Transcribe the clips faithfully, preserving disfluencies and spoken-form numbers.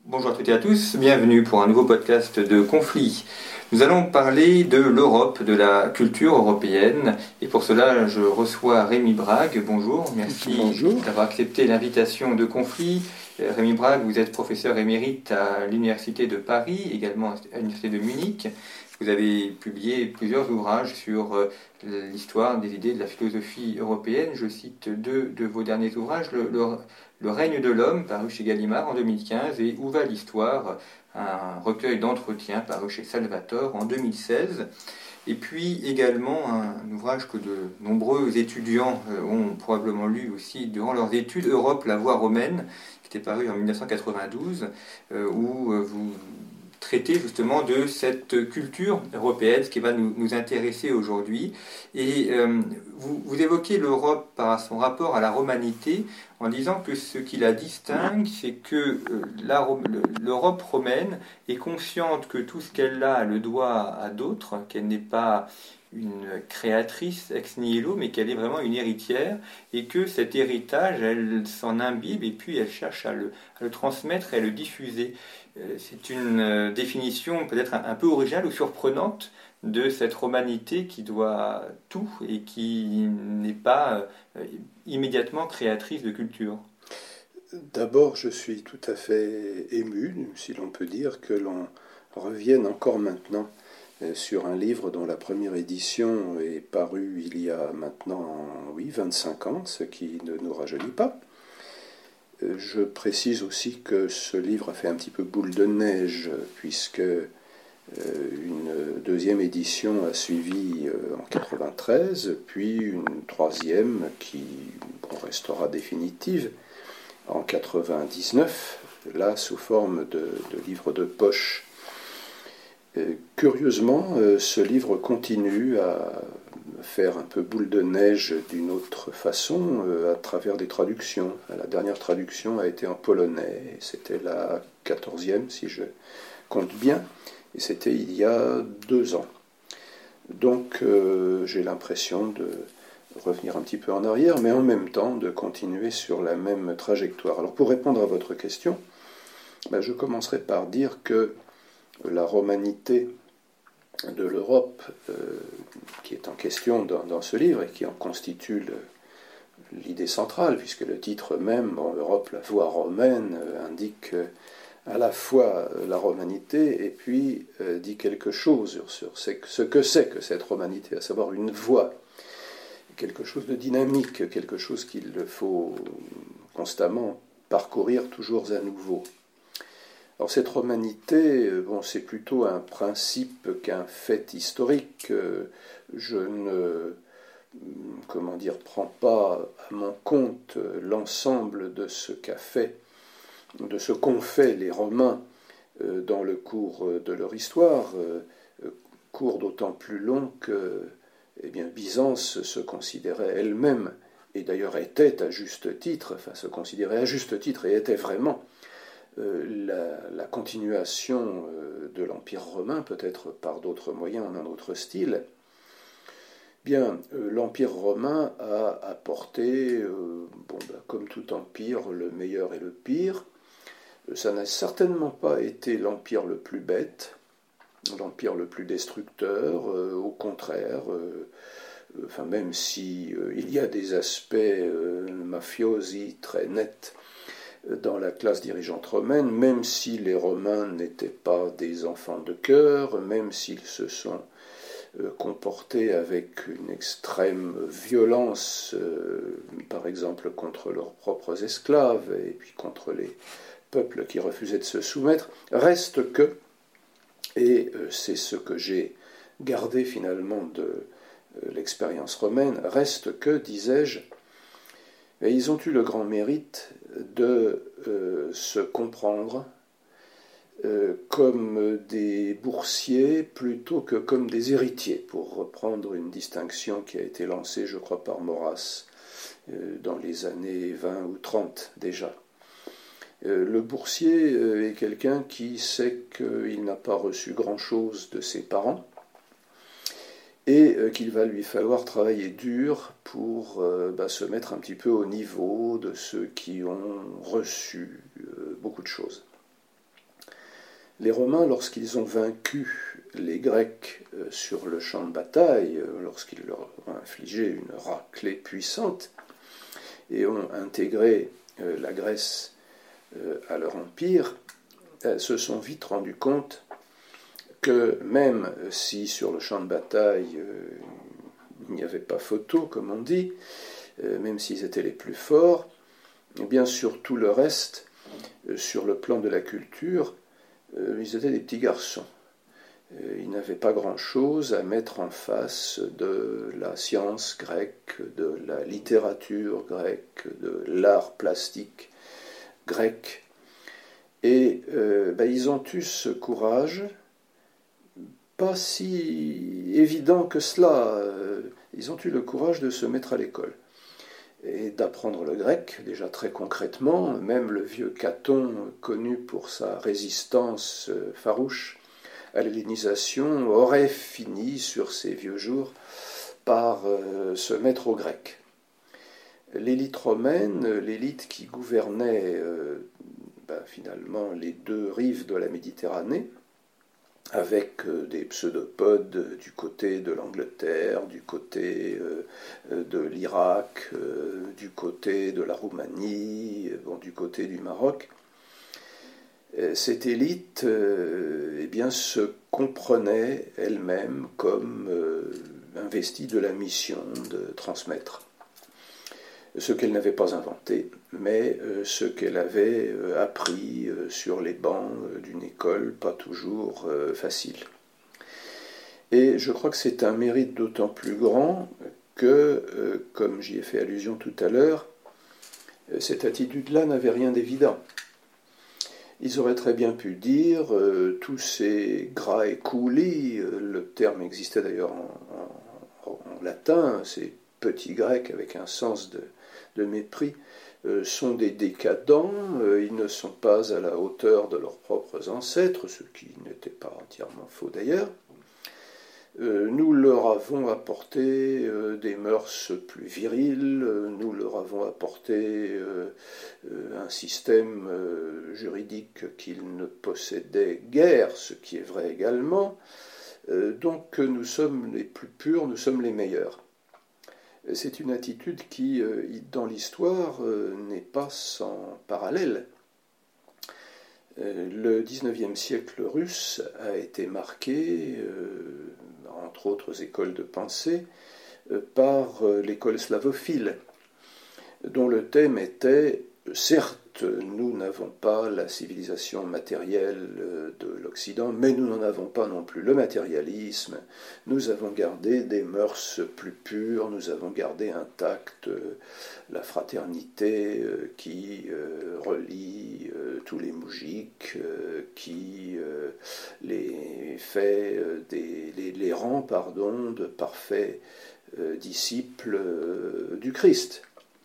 Bonjour à toutes et à tous, bienvenue pour un nouveau podcast de Conflit. Nous allons parler de l'Europe, de la culture européenne, et pour cela je reçois Rémi Brague. Bonjour, merci Bonjour. d'avoir accepté l'invitation de Conflit. Euh, Rémi Brague, vous êtes professeur émérite à l'Université de Paris, également à l'Université de Munich. Vous avez publié plusieurs ouvrages sur euh, l'histoire des idées de la philosophie européenne. Je cite deux de vos derniers ouvrages, le, le, le règne de l'homme, paru chez Gallimard en deux mille quinze, et Où va l'histoire, un recueil d'entretiens paru chez Salvator en deux mille seize. Et puis également un ouvrage que de nombreux étudiants ont probablement lu aussi durant leurs études, Europe, la voie romaine, qui était paru en mille neuf cent quatre-vingt-douze, où vous traiter justement de cette culture européenne, ce qui va nous, nous intéresser aujourd'hui. Et euh, vous, vous évoquez l'Europe par son rapport à la romanité en disant que ce qui la distingue, c'est que euh, la, l'Europe romaine est consciente que tout ce qu'elle a le doit à d'autres, qu'elle n'est pas une créatrice ex nihilo, mais qu'elle est vraiment une héritière, et que cet héritage, elle s'en imbibe, et puis elle cherche à le, à le transmettre et à le diffuser. C'est une définition peut-être un, un peu originale ou surprenante de cette romanité qui doit tout et qui n'est pas euh, immédiatement créatrice de culture. D'abord, je suis tout à fait ému, si l'on peut dire, que l'on revienne encore maintenant sur un livre dont la première édition est parue il y a maintenant, oui, vingt-cinq ans, ce qui ne nous rajeunit pas. Je précise aussi que ce livre a fait un petit peu boule de neige, puisque une deuxième édition a suivi en quatre-vingt-treize, puis une troisième qui bon, restera définitive en quatre-vingt-dix-neuf, là sous forme de, de livre de poche. Curieusement, ce livre continue à faire un peu boule de neige d'une autre façon à travers des traductions. La dernière traduction a été en polonais, c'était la quatorzième si je compte bien, et c'était il y a deux ans. Donc euh, j'ai l'impression de revenir un petit peu en arrière, mais en même temps de continuer sur la même trajectoire. Alors pour répondre à votre question, ben, je commencerai par dire que la romanité de l'Europe, euh, qui est en question dans, dans ce livre et qui en constitue le, l'idée centrale, puisque le titre même, bon, Europe, la voie romaine, euh, indique euh, à la fois la romanité et puis euh, dit quelque chose sur ce, ce que c'est que cette romanité, à savoir une voie, quelque chose de dynamique, quelque chose qu'il faut constamment parcourir toujours à nouveau. Alors cette romanité, bon, c'est plutôt un principe qu'un fait historique. Je ne, comment dire, prends pas à mon compte l'ensemble de ce qu'a fait, de ce qu'ont fait les Romains dans le cours de leur histoire, cours d'autant plus long que, eh bien, Byzance se considérait elle-même, et d'ailleurs était à juste titre, enfin se considérait à juste titre et était vraiment La, la continuation de l'Empire romain, peut-être par d'autres moyens, en un autre style, bien, l'Empire romain a apporté, euh, bon, ben, comme tout empire, le meilleur et le pire. Ça n'a certainement pas été l'empire le plus bête, l'empire le plus destructeur, euh, au contraire, euh, enfin, même si euh, il y a des aspects euh, mafiosi très nets dans la classe dirigeante romaine, même si les Romains n'étaient pas des enfants de cœur, même s'ils se sont euh, comportés avec une extrême violence, euh, par exemple contre leurs propres esclaves et puis contre les peuples qui refusaient de se soumettre, reste que, et euh, c'est ce que j'ai gardé finalement de euh, l'expérience romaine, reste que, disais-je, et ils ont eu le grand mérite de euh, se comprendre euh, comme des boursiers plutôt que comme des héritiers, pour reprendre une distinction qui a été lancée, je crois, par Maurras euh, dans les années vingt ou trente déjà. Euh, le boursier euh, est quelqu'un qui sait qu'il n'a pas reçu grand-chose de ses parents, et qu'il va lui falloir travailler dur pour euh, bah, se mettre un petit peu au niveau de ceux qui ont reçu euh, beaucoup de choses. Les Romains, lorsqu'ils ont vaincu les Grecs sur le champ de bataille, lorsqu'ils leur ont infligé une raclée puissante et ont intégré la Grèce à leur empire, se sont vite rendus compte que même si sur le champ de bataille il n'y avait pas photo, comme on dit, même s'ils étaient les plus forts, et bien sur tout le reste, sur le plan de la culture, ils étaient des petits garçons. Ils n'avaient pas grand-chose à mettre en face de la science grecque, de la littérature grecque, de l'art plastique grec. Et euh, ben, ils ont eu ce courage, pas si évident que cela. Ils ont eu le courage de se mettre à l'école et d'apprendre le grec, déjà très concrètement. Même le vieux Caton, connu pour sa résistance farouche à l'hellénisation, aurait fini sur ses vieux jours par euh, se mettre au grec. L'élite romaine, l'élite qui gouvernait euh, ben, finalement les deux rives de la Méditerranée, avec euh, des pseudopodes du côté de l'Angleterre, du côté euh, de l'Irak, euh, du côté de la Roumanie, bon, du côté du Maroc. Cette élite euh, eh bien, se comprenait elle-même comme euh, investie de la mission de transmettre ce qu'elle n'avait pas inventé, mais euh, ce qu'elle avait euh, appris euh, sur les bancs euh, d'une école pas toujours euh, facile. Et je crois que c'est un mérite d'autant plus grand que, euh, comme j'y ai fait allusion tout à l'heure, euh, cette attitude-là n'avait rien d'évident. Ils auraient très bien pu dire euh, tous ces graeculi, euh, le terme existait d'ailleurs en, en, en latin, ces petits grecs avec un sens de, de mépris, euh, sont des décadents, euh, ils ne sont pas à la hauteur de leurs propres ancêtres, ce qui n'était pas entièrement faux d'ailleurs. Euh, nous leur avons apporté euh, des mœurs plus viriles, euh, nous leur avons apporté euh, euh, un système euh, juridique qu'ils ne possédaient guère, ce qui est vrai également. Euh, donc nous sommes les plus purs, nous sommes les meilleurs. C'est une attitude qui, euh, dans l'histoire, euh, n'est pas sans parallèle. Euh, le dix-neuvième siècle russe a été marqué, euh, entre autres écoles de pensée, euh, par euh, l'école slavophile, dont le thème était « Certes, nous n'avons pas la civilisation matérielle de l'Occident, mais nous n'en avons pas non plus le matérialisme. Nous avons gardé des mœurs plus pures, nous avons gardé intacte la fraternité qui relie tous les moujiks, qui les fait des, les, les rend pardon, de parfaits disciples du Christ. »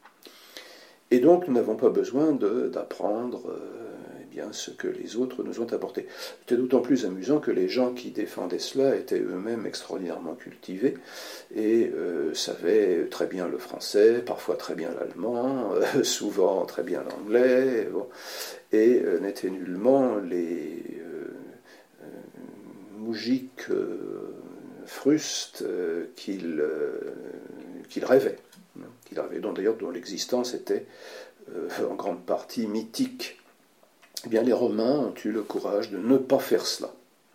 Et donc, nous n'avons pas besoin de, d'apprendre euh, eh bien, ce que les autres nous ont apporté. C'était d'autant plus amusant que les gens qui défendaient cela étaient eux-mêmes extraordinairement cultivés et euh, savaient très bien le français, parfois très bien l'allemand, euh, souvent très bien l'anglais, bon, et euh, n'étaient nullement les euh, euh, moujiks euh, frustes euh, qu'ils, euh, qu'ils rêvaient. Qu'il avait, dont d'ailleurs dont l'existence était euh, en grande partie mythique. Eh bien, les Romains ont eu le courage de ne pas faire cela.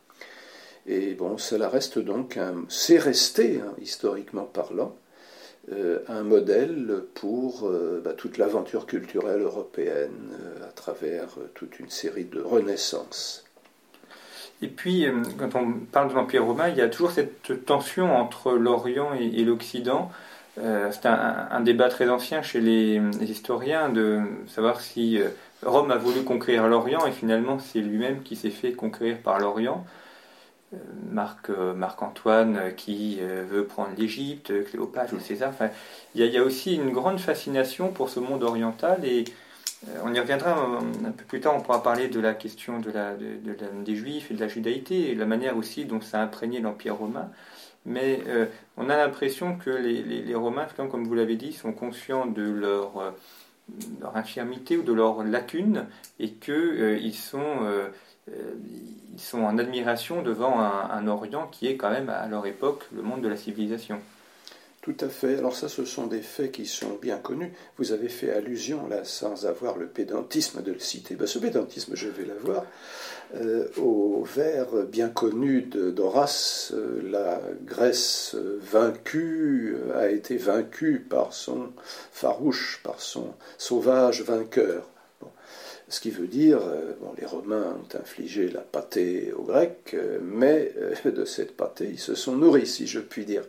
Et bon, cela reste donc, un, c'est resté, hein, historiquement parlant, euh, un modèle pour euh, bah, toute l'aventure culturelle européenne euh, à travers euh, toute une série de renaissances. Et puis, euh, quand on parle de l'Empire romain, il y a toujours cette tension entre l'Orient et, et l'Occident. Euh, c'est un, un débat très ancien chez les, les historiens de savoir si euh, Rome a voulu conquérir l'Orient et finalement c'est lui-même qui s'est fait conquérir par l'Orient. Euh, Marc, euh, Marc-Antoine euh, qui euh, veut prendre l'Égypte, Cléopâtre ou César. Enfin, il y a, il y a aussi une grande fascination pour ce monde oriental et euh, on y reviendra un, un peu plus tard. On pourra parler de la question de la, de, de la, des Juifs et de la judaïté et la manière aussi dont ça a imprégné l'Empire romain. Mais euh, on a l'impression que les, les, les Romains, comme vous l'avez dit, sont conscients de leur, euh, leur infirmité ou de leurs lacunes et qu'ils euh, sont, euh, ils sont en admiration devant un, un Orient qui est quand même à leur époque le monde de la civilisation. Tout à fait. Alors ça, ce sont des faits qui sont bien connus. Vous avez fait allusion, là, sans avoir le pédantisme de le citer. Ben, ce pédantisme, je vais l'avoir, euh, au vers bien connu de- d'Horace. Euh, la Grèce euh, vaincue euh, a été vaincue par son farouche, par son sauvage vainqueur. Bon. Ce qui veut dire, euh, bon, les Romains ont infligé la pâtée aux Grecs, euh, mais euh, de cette pâtée, ils se sont nourris, si je puis dire.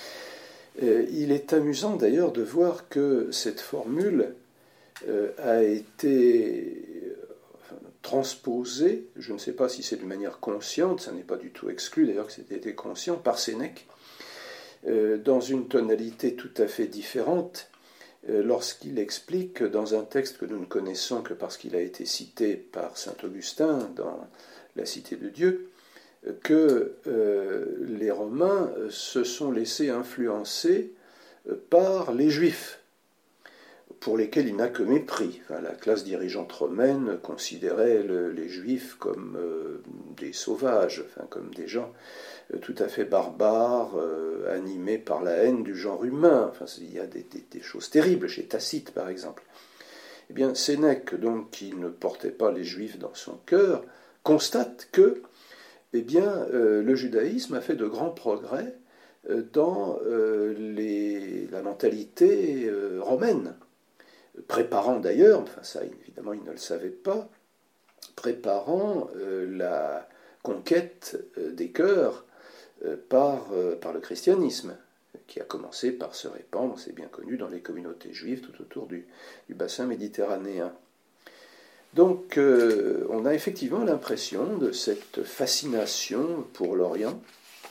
Euh, il est amusant d'ailleurs de voir que cette formule euh, a été euh, transposée, je ne sais pas si c'est de manière consciente, ça n'est pas du tout exclu d'ailleurs que c'était été conscient, par Sénèque, euh, dans une tonalité tout à fait différente, euh, lorsqu'il explique dans un texte que nous ne connaissons que parce qu'il a été cité par saint Augustin dans La Cité de Dieu, que euh, les Romains se sont laissés influencer par les Juifs, pour lesquels il n'a que mépris. Enfin, la classe dirigeante romaine considérait le, les Juifs comme euh, des sauvages, enfin, comme des gens euh, tout à fait barbares, euh, animés par la haine du genre humain. Enfin, il y a des, des, des choses terribles chez Tacite, par exemple. Eh bien, Sénèque, donc, qui ne portait pas les Juifs dans son cœur, constate que eh bien, euh, le judaïsme a fait de grands progrès euh, dans euh, les, la mentalité euh, romaine, préparant d'ailleurs, enfin ça évidemment il ne le savait pas, préparant euh, la conquête euh, des cœurs euh, par, euh, par le christianisme, qui a commencé par se répandre, c'est bien connu, dans les communautés juives tout autour du, du bassin méditerranéen. Donc, euh, on a effectivement l'impression de cette fascination pour l'Orient,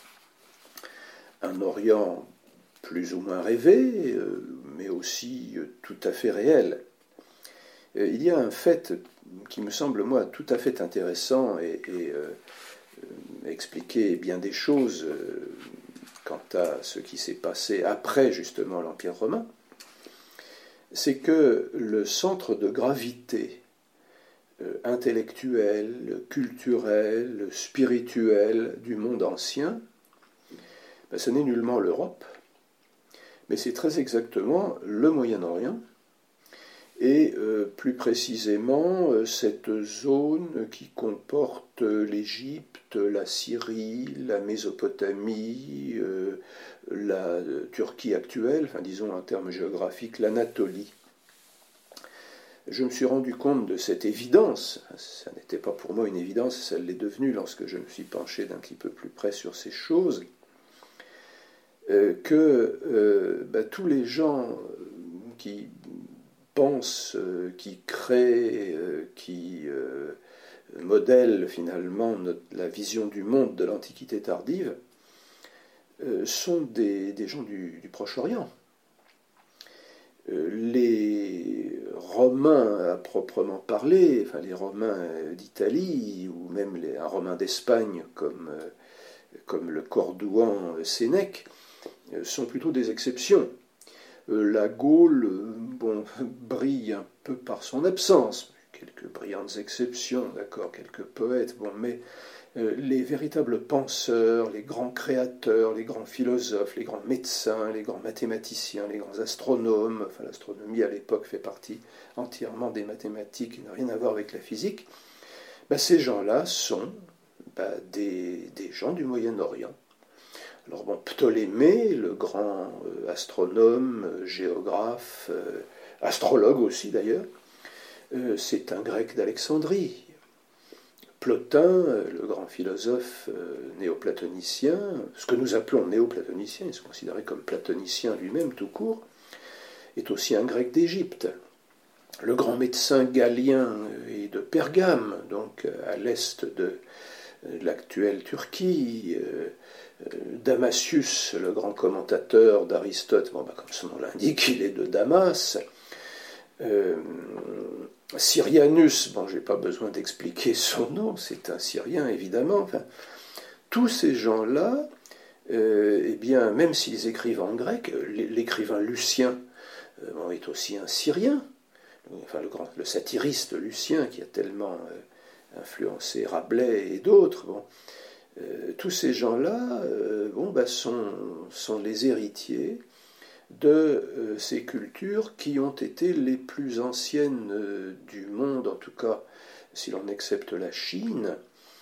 un Orient plus ou moins rêvé, euh, mais aussi euh, tout à fait réel. Euh, il y a un fait qui me semble, moi, tout à fait intéressant et, et euh, expliquer bien des choses euh, quant à ce qui s'est passé après, justement, l'Empire romain, c'est que le centre de gravité intellectuel, culturel, spirituel du monde ancien, ben, ce n'est nullement l'Europe, mais c'est très exactement le Moyen-Orient, et euh, plus précisément euh, cette zone qui comporte l'Égypte, la Syrie, la Mésopotamie, euh, la Turquie actuelle, enfin disons en termes géographiques, l'Anatolie. Je me suis rendu compte de cette évidence, ça n'était pas pour moi une évidence, ça l'est devenu lorsque je me suis penché d'un petit peu plus près sur ces choses, euh, que euh, bah, tous les gens qui pensent, euh, qui créent, euh, qui euh, modèlent finalement notre, la vision du monde de l'Antiquité tardive, euh, sont des, des gens du, du Proche-Orient. Les Romains à proprement parler, enfin les Romains d'Italie, ou même les, un Romain d'Espagne comme, comme le Cordouan Sénèque, sont plutôt des exceptions. La Gaule, bon, brille un peu par son absence, quelques brillantes exceptions, d'accord, quelques poètes, bon, mais les véritables penseurs, les grands créateurs, les grands philosophes, les grands médecins, les grands mathématiciens, les grands astronomes, enfin l'astronomie à l'époque fait partie entièrement des mathématiques qui n'a rien à voir avec la physique, ben, ces gens-là sont ben, des, des gens du Moyen-Orient. Alors bon, Ptolémée, le grand euh, astronome, euh, géographe, euh, astrologue aussi d'ailleurs, euh, c'est un grec d'Alexandrie. Plotin, le grand philosophe néoplatonicien, ce que nous appelons néoplatonicien, il se considérait comme platonicien lui-même tout court, est aussi un grec d'Égypte. Le grand médecin galien est de Pergame, donc à l'est de l'actuelle Turquie. Damasius, le grand commentateur d'Aristote, bon, bah, comme son nom l'indique, il est de Damas. Euh, Syrianus, bon, je n'ai pas besoin d'expliquer son nom, c'est un Syrien évidemment. Enfin, tous ces gens-là, euh, eh bien, même s'ils écrivent en grec, l'écrivain Lucien euh, est aussi un Syrien. Enfin, le, grand, le satiriste Lucien qui a tellement euh, influencé Rabelais et d'autres. Bon. Euh, tous ces gens-là euh, bon, bah, sont, sont les héritiers de euh, ces cultures qui ont été les plus anciennes euh, du monde, en tout cas si l'on accepte la Chine.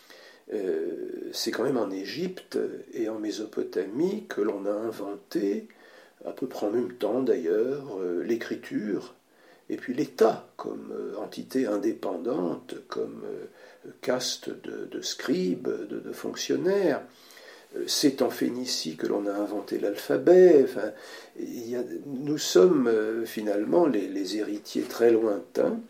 Euh, c'est quand même en Égypte et en Mésopotamie que l'on a inventé, à peu près en même temps d'ailleurs, euh, l'écriture et puis l'État comme euh, entité indépendante, comme euh, caste de, de scribes, de, de fonctionnaires. C'est en Phénicie que l'on a inventé l'alphabet. Enfin, il y a, nous sommes euh, finalement les, les héritiers très lointains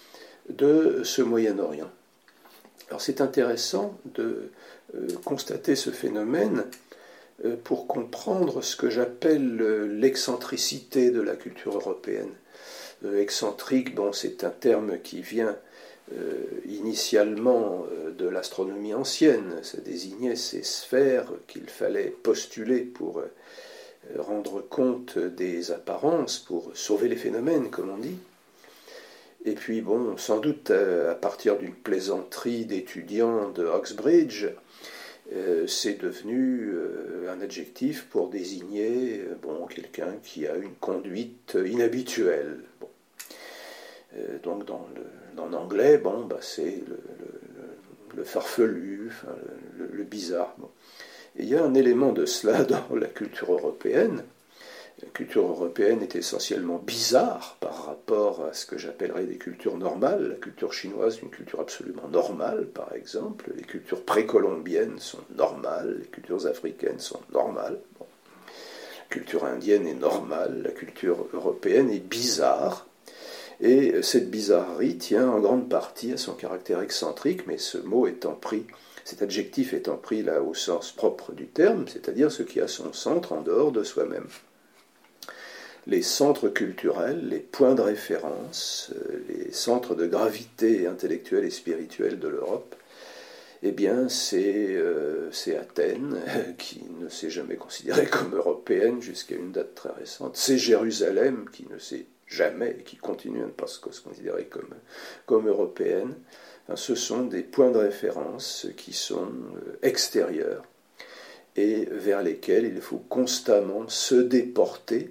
de ce Moyen-Orient. Alors c'est intéressant de euh, constater ce phénomène euh, pour comprendre ce que j'appelle euh, l'excentricité de la culture européenne. Euh, excentrique, bon, c'est un terme qui vient euh, initialement euh, de l'astronomie ancienne. Ça désignait ces sphères qu'il fallait postuler pour euh, rendre compte des apparences, pour sauver les phénomènes, comme on dit. Et puis, bon, sans doute à partir d'une plaisanterie d'étudiants de Oxbridge, euh, c'est devenu euh, un adjectif pour désigner euh, bon, quelqu'un qui a une conduite inhabituelle. Bon. Euh, donc, dans le, en anglais, bon, bah, c'est le, le, le farfelu, enfin, le, le bizarre. Bon. Et il y a un élément de cela dans la culture européenne. La culture européenne est essentiellement bizarre par rapport à ce que j'appellerais des cultures normales. La culture chinoise est une culture absolument normale, par exemple. Les cultures précolombiennes sont normales, les cultures africaines sont normales. Bon. La culture indienne est normale, la culture européenne est bizarre. Et cette bizarrerie tient en grande partie à son caractère excentrique, mais ce mot étant pris, cet adjectif étant pris là au sens propre du terme, c'est-à-dire ce qui a son centre en dehors de soi-même. Les centres culturels, les points de référence, les centres de gravité intellectuelle et spirituelle de l'Europe, eh bien, c'est, euh, c'est Athènes, qui ne s'est jamais considérée comme européenne jusqu'à une date très récente. C'est Jérusalem, qui ne s'est jamais, et qui continue à ne pas se considérer comme, comme européenne. Enfin, ce sont des points de référence qui sont extérieurs et vers lesquels il faut constamment se déporter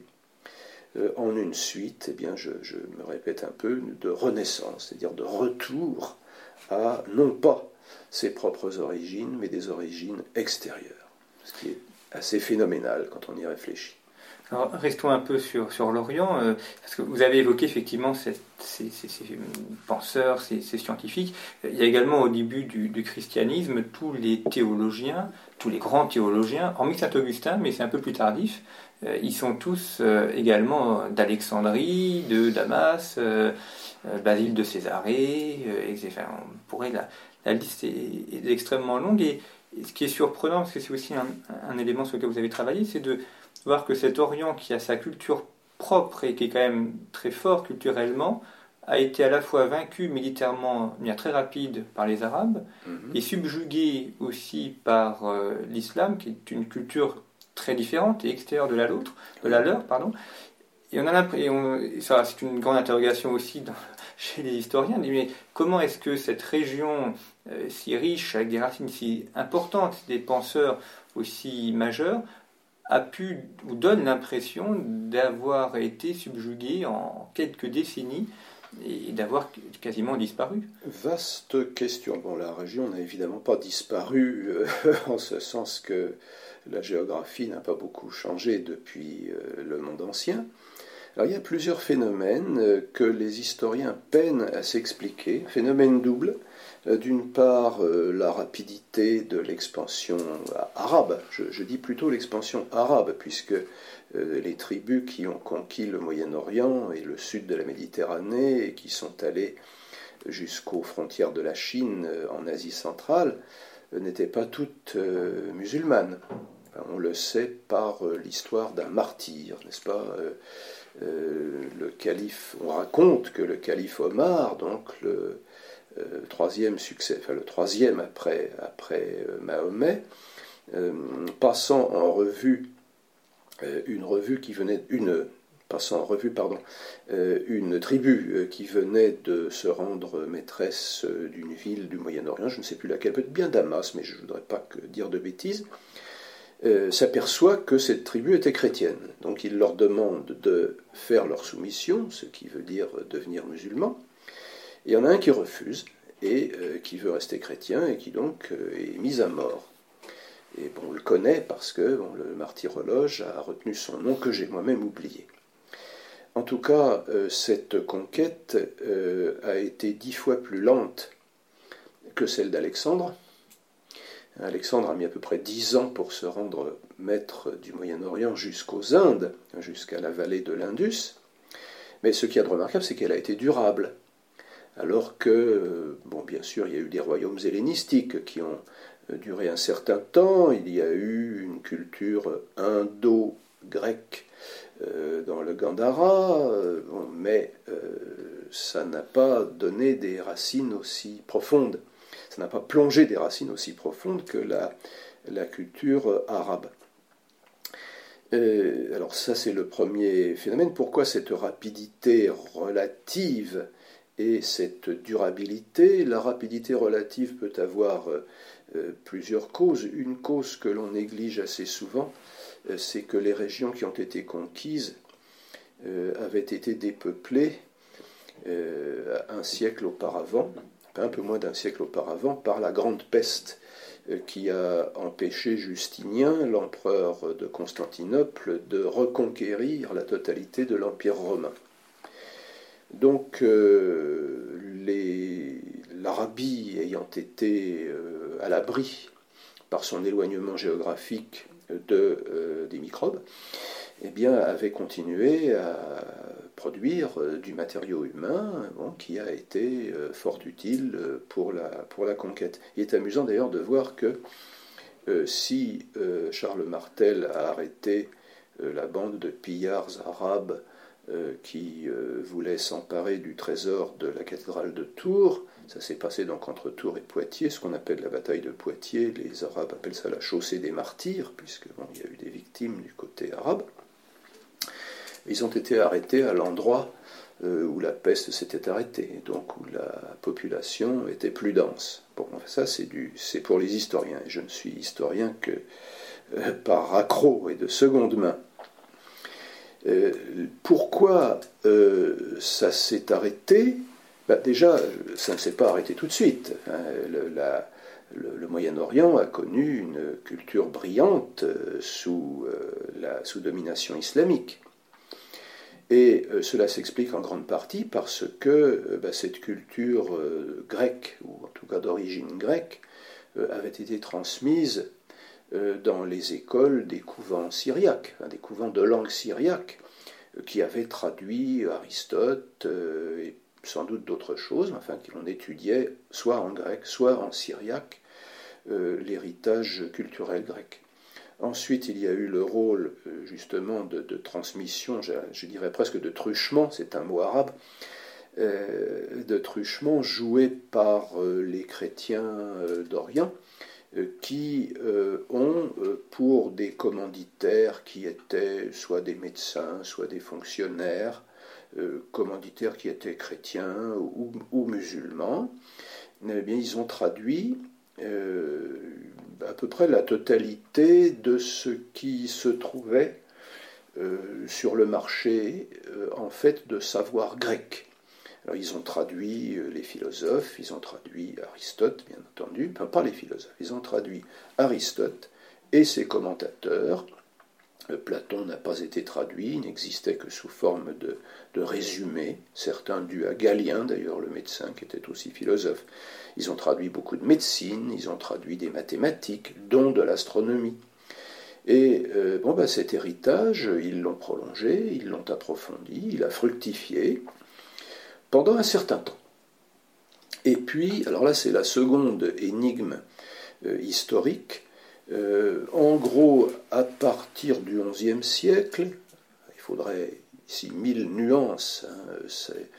en une suite, eh bien, je, je me répète un peu, de renaissance, c'est-à-dire de retour à, non pas ses propres origines, mais des origines extérieures, ce qui est assez phénoménal quand on y réfléchit. Alors, restons un peu sur, sur l'Orient, euh, parce que vous avez évoqué effectivement cette, ces, ces, ces penseurs, ces, ces scientifiques. Il y a également au début du, du christianisme tous les théologiens, tous les grands théologiens, hormis Saint-Augustin, mais c'est un peu plus tardif, euh, ils sont tous euh, également d'Alexandrie, de Damas, euh, euh, Basile de Césarée, euh, et cetera. Enfin, on pourrait, la, la liste est, est extrêmement longue, et, et ce qui est surprenant, parce que c'est aussi un, un élément sur lequel vous avez travaillé, c'est de voir que cet Orient qui a sa culture propre et qui est quand même très fort culturellement, a été à la fois vaincu militairement de manière très rapide par les Arabes, mm-hmm. et subjugué aussi par euh, l'islam, qui est une culture très différente et extérieure de la, l'autre, de la leur. Pardon. Et on a l'impression, ça c'est une grande interrogation aussi dans, chez les historiens, mais comment est-ce que cette région euh, si riche, avec des racines si importantes, des penseurs aussi majeurs, a pu ou donne l'impression d'avoir été subjugué en quelques décennies et d'avoir quasiment disparu. Vaste question. Bon, la région n'a évidemment pas disparu euh, en ce sens que la géographie n'a pas beaucoup changé depuis euh, le monde ancien. Alors il y a plusieurs phénomènes euh, que les historiens peinent à s'expliquer. Phénomène double. D'une part, euh, la rapidité de l'expansion arabe, je, je dis plutôt l'expansion arabe, puisque euh, les tribus qui ont conquis le Moyen-Orient et le sud de la Méditerranée, et qui sont allées jusqu'aux frontières de la Chine euh, en Asie centrale, euh, n'étaient pas toutes euh, musulmanes. Enfin, on le sait par euh, l'histoire d'un martyr, n'est-ce pas euh, euh, le calife, on raconte que le calife Omar, donc le Euh, troisième succès, enfin le troisième après, après euh, Mahomet, euh, passant en revue euh, une revue qui venait, une passant en revue, pardon, euh, une tribu euh, qui venait de se rendre maîtresse euh, d'une ville du Moyen-Orient, je ne sais plus laquelle, peut-être bien Damas, mais je ne voudrais pas que, dire de bêtises, euh, s'aperçoit que cette tribu était chrétienne. Donc il leur demande de faire leur soumission, ce qui veut dire devenir musulman. Et il y en a un qui refuse, et euh, qui veut rester chrétien, et qui donc euh, est mis à mort. Et bon, on le connaît parce que bon, le martyrologe a retenu son nom que j'ai moi-même oublié. En tout cas, euh, cette conquête euh, a été dix fois plus lente que celle d'Alexandre. Alexandre a mis à peu près dix ans pour se rendre maître du Moyen-Orient jusqu'aux Indes, jusqu'à la vallée de l'Indus. Mais ce qui est remarquable, c'est qu'elle a été durable. Alors que, bon, bien sûr, il y a eu des royaumes hellénistiques qui ont duré un certain temps. Il y a eu une culture indo-grecque euh, dans le Gandhara, euh, bon, mais euh, ça n'a pas donné des racines aussi profondes. Ça n'a pas plongé des racines aussi profondes que la, la culture arabe. Euh, alors ça, c'est le premier phénomène. Pourquoi cette rapidité relative et cette durabilité? La rapidité relative peut avoir euh, plusieurs causes. Une cause que l'on néglige assez souvent, euh, c'est que les régions qui ont été conquises euh, avaient été dépeuplées euh, un siècle auparavant, un peu moins d'un siècle auparavant, par la Grande Peste, euh, qui a empêché Justinien, l'empereur de Constantinople, de reconquérir la totalité de l'Empire romain. Donc, euh, les, l'Arabie ayant été euh, à l'abri par son éloignement géographique de, euh, des microbes, eh bien, avait continué à produire euh, du matériau humain bon, qui a été euh, fort utile pour la, pour la conquête. Il est amusant d'ailleurs de voir que euh, si euh, Charles Martel a arrêté euh, la bande de pillards arabes Euh, qui euh, voulait s'emparer du trésor de la cathédrale de Tours. Ça s'est passé donc entre Tours et Poitiers, ce qu'on appelle la bataille de Poitiers. Les Arabes appellent ça la chaussée des martyrs, puisque bon, il y a eu des victimes du côté arabe. Ils ont été arrêtés à l'endroit euh, où la peste s'était arrêtée, donc où la population était plus dense. Bon, ça c'est, du, c'est pour les historiens, et je ne suis historien que euh, par accroc et de seconde main. Euh, pourquoi euh, ça s'est arrêté? Ben déjà, ça ne s'est pas arrêté tout de suite. Hein. Le, la, le, le Moyen-Orient a connu une culture brillante euh, sous, euh, la, sous domination islamique. Et euh, cela s'explique en grande partie parce que euh, ben, cette culture euh, grecque, ou en tout cas d'origine grecque, euh, avait été transmise dans les écoles des couvents syriaques, des couvents de langue syriaque, qui avaient traduit Aristote et sans doute d'autres choses, enfin qu'on étudiait soit en grec, soit en syriaque, l'héritage culturel grec. Ensuite, il y a eu le rôle justement de, de transmission, je, je dirais presque de truchement, c'est un mot arabe, euh, de truchement joué par les chrétiens d'Orient, qui euh, ont, euh, pour des commanditaires qui étaient soit des médecins, soit des fonctionnaires, euh, commanditaires qui étaient chrétiens ou, ou musulmans, eh bien, ils ont traduit euh, à peu près la totalité de ce qui se trouvait euh, sur le marché, euh, en fait, de savoir grec. Alors, ils ont traduit les philosophes, ils ont traduit Aristote, bien entendu, enfin pas les philosophes, ils ont traduit Aristote et ses commentateurs. Platon n'a pas été traduit, il n'existait que sous forme de, de résumé, certains dus à Galien, d'ailleurs le médecin qui était aussi philosophe. Ils ont traduit beaucoup de médecine, ils ont traduit des mathématiques, dont de l'astronomie. Et euh, bon, ben, cet héritage, ils l'ont prolongé, ils l'ont approfondi, il a fructifié pendant un certain temps. Et puis, alors là c'est la seconde énigme euh, historique, euh, en gros à partir du onzième siècle, il faudrait ici mille nuances, hein, c'est,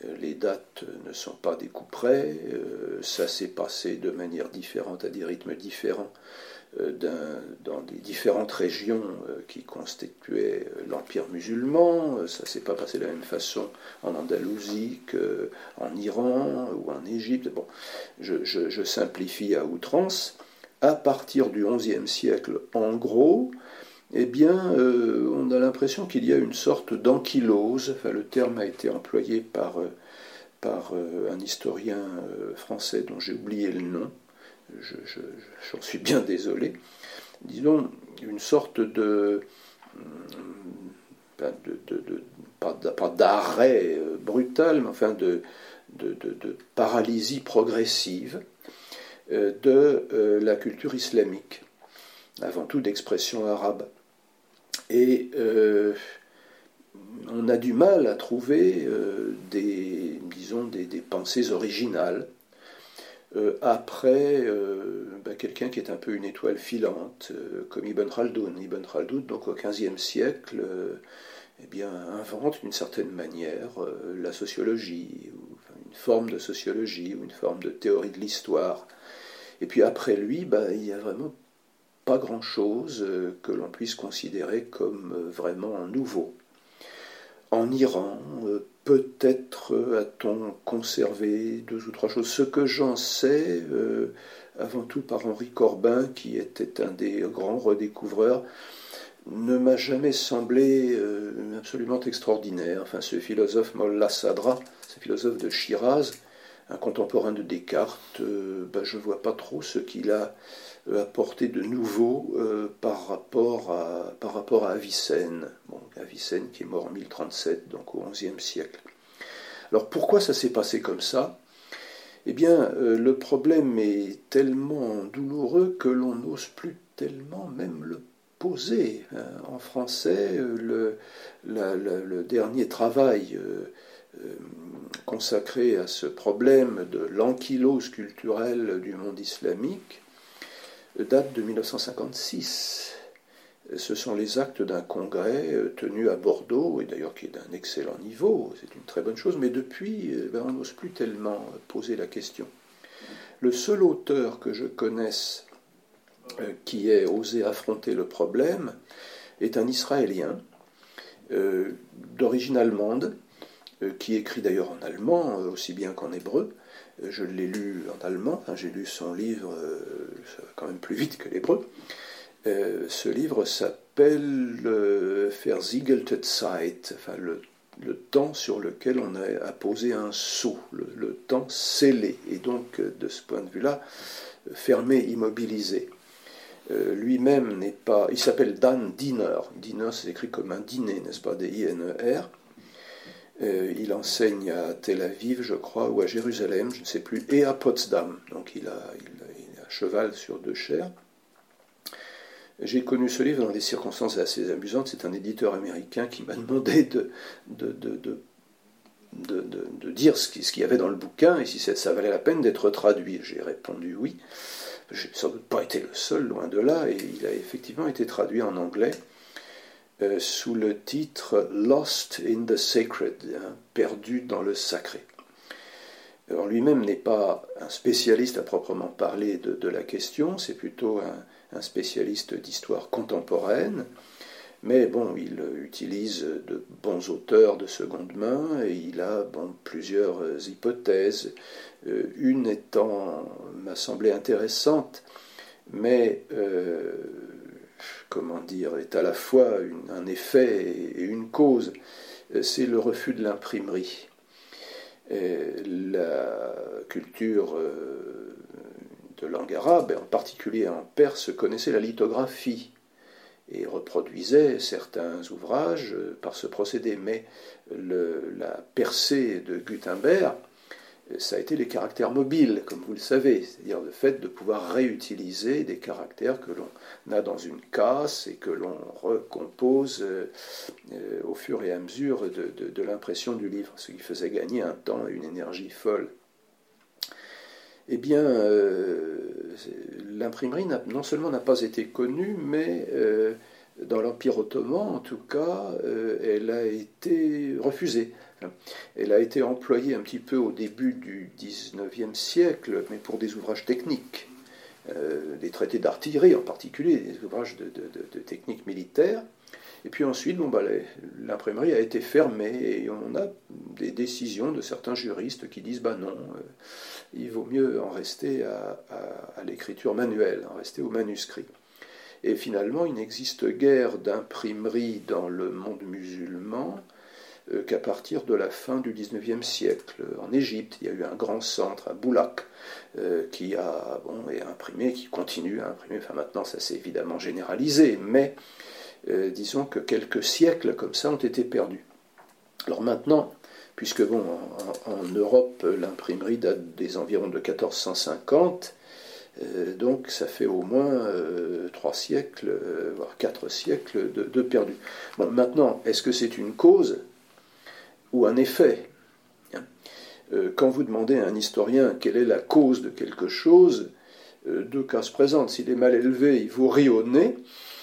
Les dates ne sont pas des coups près, ça s'est passé de manière différente, à des rythmes différents, dans les différentes régions qui constituaient l'Empire musulman. Ça ne s'est pas passé de la même façon en Andalousie qu'en Iran ou en Égypte. Bon, je, je, je simplifie à outrance. À partir du onzième siècle, en gros, eh bien, euh, on a l'impression qu'il y a une sorte d'ankylose. Enfin, le terme a été employé par, euh, par euh, un historien euh, français dont j'ai oublié le nom. Je, je, j'en suis bien désolé. Disons, une sorte de... de, de, de pas, pas d'arrêt brutal, mais enfin de, de, de, de paralysie progressive de euh, la culture islamique, avant tout d'expression arabe. Et euh, on a du mal à trouver euh, des, disons, des, des pensées originales euh, après euh, ben, quelqu'un qui est un peu une étoile filante, euh, comme Ibn Khaldoun. Ibn Khaldoun, donc au quinzième siècle, euh, eh bien, invente d'une certaine manière euh, la sociologie, ou enfin, une forme de sociologie, ou une forme de théorie de l'histoire. Et puis après lui, ben, il n'y a vraiment pas grand-chose que l'on puisse considérer comme vraiment nouveau. En Iran, peut-être a-t-on conservé deux ou trois choses. Ce que j'en sais, euh, avant tout par Henri Corbin, qui était un des grands redécouvreurs, ne m'a jamais semblé euh, absolument extraordinaire. Enfin, ce philosophe Mollah Sadra, ce philosophe de Shiraz, un contemporain de Descartes, euh, ben, je ne vois pas trop ce qu'il a apporté de nouveau euh, par, rapport à, par rapport à Avicenne. Bon, Avicenne qui est mort en mille trente-sept, donc au onzième siècle. Alors pourquoi ça s'est passé comme ça ? Eh bien, euh, le problème est tellement douloureux que l'on n'ose plus tellement même le poser. Hein. En français, le, la, la, le dernier travail euh, euh, consacré à ce problème de l'ankylose culturelle du monde islamique date de mille neuf cent cinquante-six. Ce sont les actes d'un congrès tenu à Bordeaux, et d'ailleurs qui est d'un excellent niveau, c'est une très bonne chose, mais depuis, ben, on n'ose plus tellement poser la question. Le seul auteur que je connaisse euh, qui ait osé affronter le problème est un Israélien euh, d'origine allemande, euh, qui écrit d'ailleurs en allemand, euh, aussi bien qu'en hébreu. Je l'ai lu en allemand, enfin, j'ai lu son livre, euh, ça va quand même plus vite que l'hébreu. Euh, ce livre s'appelle euh, Versiegelte Zeit, enfin le, le temps sur lequel on a apposé un sceau, le, le temps scellé, et donc de ce point de vue-là, fermé, immobilisé. Euh, lui-même n'est pas... Il s'appelle Dan Diener. Diener, c'est écrit comme un dîner, n'est-ce pas, D I N E R. Euh, il enseigne à Tel Aviv, je crois, ou à Jérusalem, je ne sais plus, et à Potsdam. Donc il a, il, il a cheval sur deux chairs. J'ai connu ce livre dans des circonstances assez amusantes. C'est un éditeur américain qui m'a demandé de, de, de, de, de, de, de dire ce qu'il y avait dans le bouquin et si ça, ça valait la peine d'être traduit. J'ai répondu oui. Je n'ai sans doute pas été le seul, loin de là, et il a effectivement été traduit en anglais euh, sous le titre Lost in the Sacred, hein, perdu dans le sacré. Alors lui-même n'est pas un spécialiste à proprement parler de, de la question, c'est plutôt un, un spécialiste d'histoire contemporaine, mais bon, il utilise de bons auteurs de seconde main et il a bon, plusieurs hypothèses, euh, une étant, m'a semblé intéressante, mais euh, comment dire, est à la fois une, un effet et une cause, c'est le refus de l'imprimerie. La culture de langue arabe, et en particulier en perse, connaissait la lithographie et reproduisait certains ouvrages par ce procédé. Mais le, la percée de Gutenberg, ça a été les caractères mobiles, comme vous le savez, c'est-à-dire le fait de pouvoir réutiliser des caractères que l'on a dans une casse et que l'on recompose euh, euh, au fur et à mesure de, de, de l'impression du livre, ce qui faisait gagner un temps et une énergie folle. Eh bien, euh, l'imprimerie n'a, non seulement n'a pas été connue, mais euh, dans l'Empire ottoman, en tout cas, euh, elle a été refusée. Elle a été employée un petit peu au début du dix-neuvième siècle, mais pour des ouvrages techniques, euh, des traités d'artillerie en particulier, des ouvrages de, de, de, de technique militaire. Et puis ensuite, bon, bah, l'imprimerie a été fermée et on a des décisions de certains juristes qui disent bah non, euh, il vaut mieux en rester à, à, à l'écriture manuelle, en rester au manuscrit. Et finalement, il n'existe guère d'imprimerie dans le monde musulman euh, qu'à partir de la fin du dix-neuvième siècle. En Égypte, il y a eu un grand centre à Boulak euh, qui a bon, est imprimé, qui continue à imprimer. Enfin, maintenant, ça s'est évidemment généralisé, mais euh, disons que quelques siècles comme ça ont été perdus. Alors maintenant, puisque bon, en, en Europe, l'imprimerie date des environs de quatorze cent cinquante, Euh, donc ça fait au moins euh, trois siècles, euh, voire quatre siècles de, de perdus. Bon, maintenant, est-ce que c'est une cause ou un effet? euh, Quand vous demandez à un historien quelle est la cause de quelque chose, euh, deux cas se présentent. S'il est mal élevé, il vous rit au nez.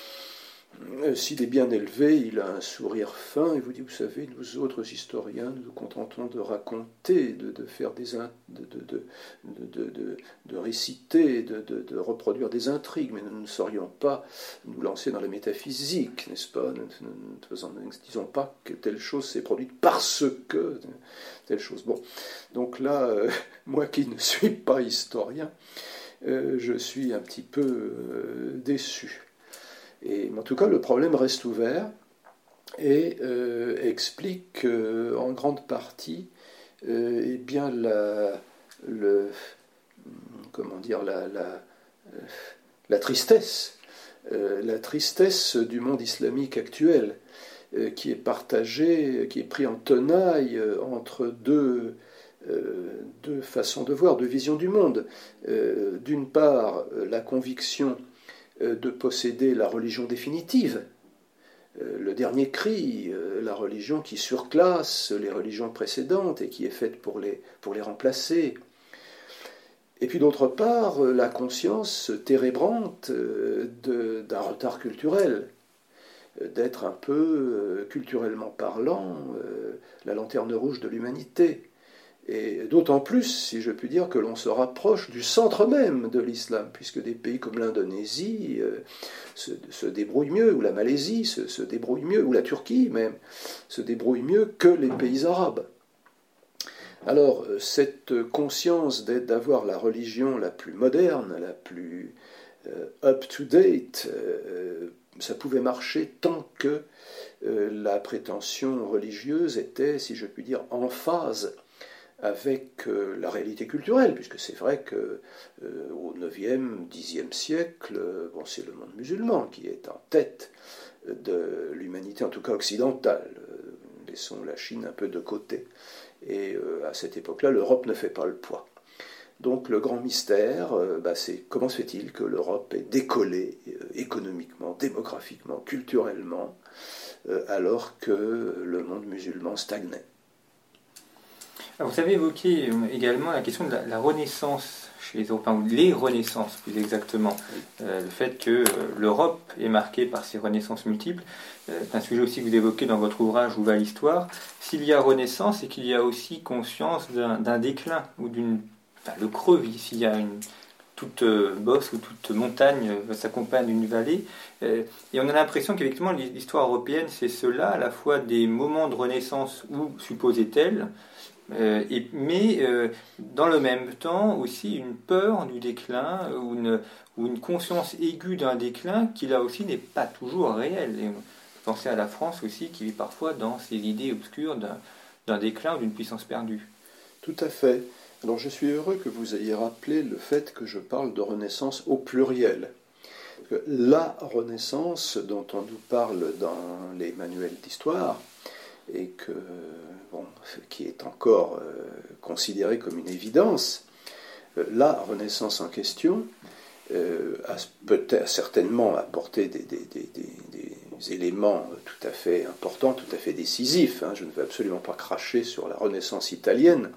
Euh, S'il est bien élevé, il a un sourire fin et vous dit, vous savez, nous autres historiens, nous nous contentons de raconter, de, de faire des in, de, de, de, de, de, de réciter, de, de, de reproduire des intrigues, mais nous ne saurions pas nous lancer dans la métaphysique, n'est-ce pas? Nous ne disons pas que telle chose s'est produite parce que telle chose. Bon, donc là, euh, moi qui ne suis pas historien, euh, je suis un petit peu euh, déçu. Et en tout cas, le problème reste ouvert et euh, explique euh, en grande partie euh, eh bien la, le, comment dire, la, la, la tristesse, euh, la tristesse du monde islamique actuel, euh, qui est partagé, qui est pris en tenaille euh, entre deux, euh, deux façons de voir, deux visions du monde. Euh, d'une part, la conviction de posséder la religion définitive, le dernier cri, la religion qui surclasse les religions précédentes et qui est faite pour les, pour les remplacer. Et puis d'autre part, la conscience térébrante d'un retard culturel, d'être un peu, culturellement parlant, la lanterne rouge de l'humanité. Et d'autant plus, si je puis dire, que l'on se rapproche du centre même de l'islam, puisque des pays comme l'Indonésie euh, se, se débrouillent mieux, ou la Malaisie se, se débrouille mieux, ou la Turquie même, se débrouille mieux que les pays arabes. Alors, cette conscience d'avoir la religion la plus moderne, la plus euh, up-to-date, euh, ça pouvait marcher tant que euh, la prétention religieuse était, si je puis dire, en phase avec euh, la réalité culturelle, puisque c'est vrai qu'au euh, neuvième, dixième siècle, euh, bon, c'est le monde musulman qui est en tête de l'humanité, en tout cas occidentale. Euh, laissons la Chine un peu de côté. Et euh, à cette époque-là, l'Europe ne fait pas le poids. Donc le grand mystère, euh, bah, c'est comment se fait-il que l'Europe est décollée euh, économiquement, démographiquement, culturellement, euh, alors que le monde musulman stagnait. Alors, vous avez évoqué également la question de la, la Renaissance chez les Européens, ou les Renaissances plus exactement. Euh, le fait que euh, l'Europe est marquée par ces renaissances multiples. Euh, c'est un sujet aussi que vous évoquez dans votre ouvrage Où va l'histoire. S'il y a Renaissance, c'est qu'il y a aussi conscience d'un déclin, ou d'une... Enfin, le creux, s'il y a une... toute euh, bosse ou toute montagne euh, s'accompagne d'une vallée. Euh, et on a l'impression qu'effectivement l'histoire européenne, c'est cela, à la fois des moments de renaissance où supposait-elle, Euh, et, mais euh, dans le même temps aussi une peur du déclin ou une, ou une conscience aiguë d'un déclin qui là aussi n'est pas toujours réel. Et pensez à la France aussi qui vit parfois dans ces idées obscures d'un déclin ou d'une puissance perdue. Tout à fait. Alors je suis heureux que vous ayez rappelé le fait que je parle de renaissance au pluriel. Parce que la renaissance dont on nous parle dans les manuels d'histoire, et que, bon, qui est encore euh, considéré comme une évidence, euh, la Renaissance en question euh, a peut-être certainement apporté des, des, des, des, des éléments tout à fait importants, tout à fait décisifs. Hein. Je ne veux absolument pas cracher sur la Renaissance italienne,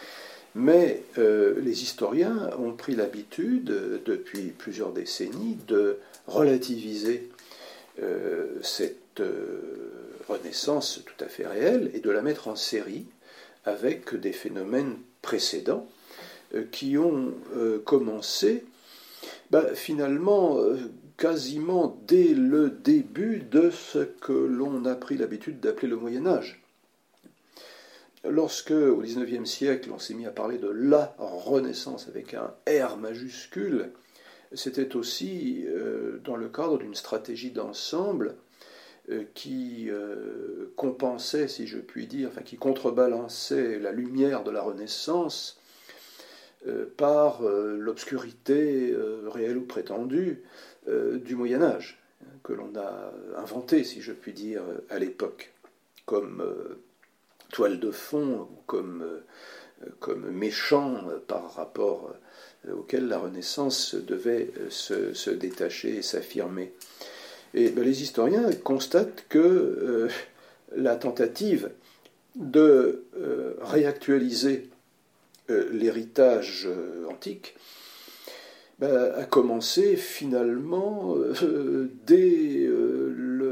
mais euh, les historiens ont pris l'habitude, euh, depuis plusieurs décennies, de relativiser euh, cette euh, renaissance tout à fait réelle et de la mettre en série avec des phénomènes précédents euh, qui ont euh, commencé bah, finalement euh, quasiment dès le début de ce que l'on a pris l'habitude d'appeler le Moyen-Âge. Lorsque, au dix-neuvième siècle, on s'est mis à parler de la Renaissance avec un R majuscule, c'était aussi euh, dans le cadre d'une stratégie d'ensemble euh, qui euh, compensait, si je puis dire, enfin qui contrebalançait la lumière de la Renaissance euh, par euh, l'obscurité euh, réelle ou prétendue euh, du Moyen-Âge, que l'on a inventé, si je puis dire, à l'époque, comme euh, toile de fond ou comme, euh, comme méchant par rapport euh, auquel la Renaissance devait euh, se, se détacher et s'affirmer. Et ben, les historiens constatent que euh, la tentative de euh, réactualiser euh, l'héritage euh, antique ben, a commencé finalement euh, dès euh,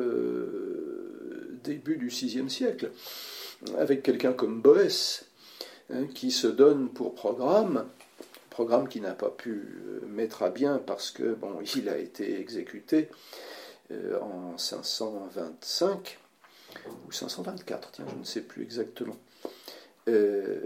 le début du sixième siècle, avec quelqu'un comme Boès, hein, qui se donne pour programme, programme qu'il n'a pas pu mettre à bien parce que bon, il a été exécuté euh, en cinq cent vingt-cinq ou cinq cent vingt-quatre, tiens, je ne sais plus exactement. Euh,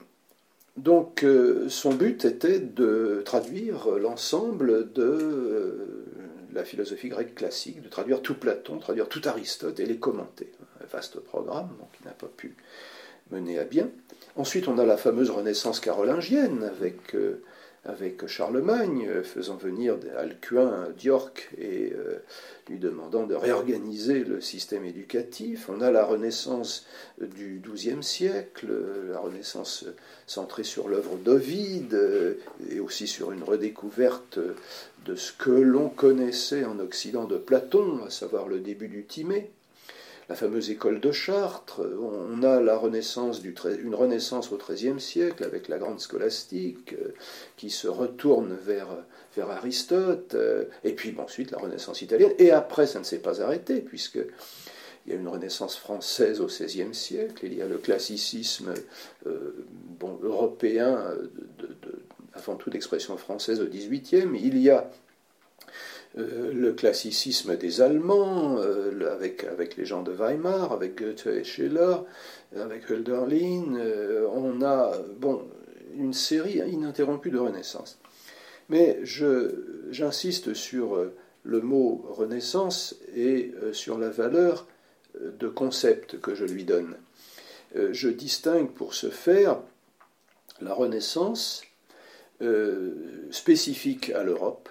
donc, euh, son but était de traduire l'ensemble de euh, la philosophie grecque classique, de traduire tout Platon, de traduire tout Aristote et les commenter. Un vaste programme, donc il n'a pas pu mener à bien. Ensuite, on a la fameuse Renaissance carolingienne avec, euh, avec Charlemagne, euh, faisant venir Alcuin d'York et euh, lui demandant de réorganiser le système éducatif. On a la Renaissance du douzième siècle, la Renaissance centrée sur l'œuvre d'Ovide euh, et aussi sur une redécouverte de ce que l'on connaissait en Occident de Platon, à savoir le début du Timée. La fameuse école de Chartres, on a la renaissance du, une renaissance au treizième siècle avec la grande scolastique euh, qui se retourne vers, vers Aristote, euh, et puis bon, ensuite la renaissance italienne, et après ça ne s'est pas arrêté, puisqu'il y a une renaissance française au seizième siècle, il y a le classicisme euh, bon, européen, de, de, avant tout d'expression française au dix-huitième, il y a Euh, le classicisme des Allemands, euh, avec, avec les gens de Weimar, avec Goethe et Schiller, avec Hölderlin, euh, on a bon, une série ininterrompue de renaissances. Mais je, j'insiste sur le mot renaissance et euh, sur la valeur de concept que je lui donne. Euh, je distingue pour ce faire la renaissance euh, spécifique à l'Europe,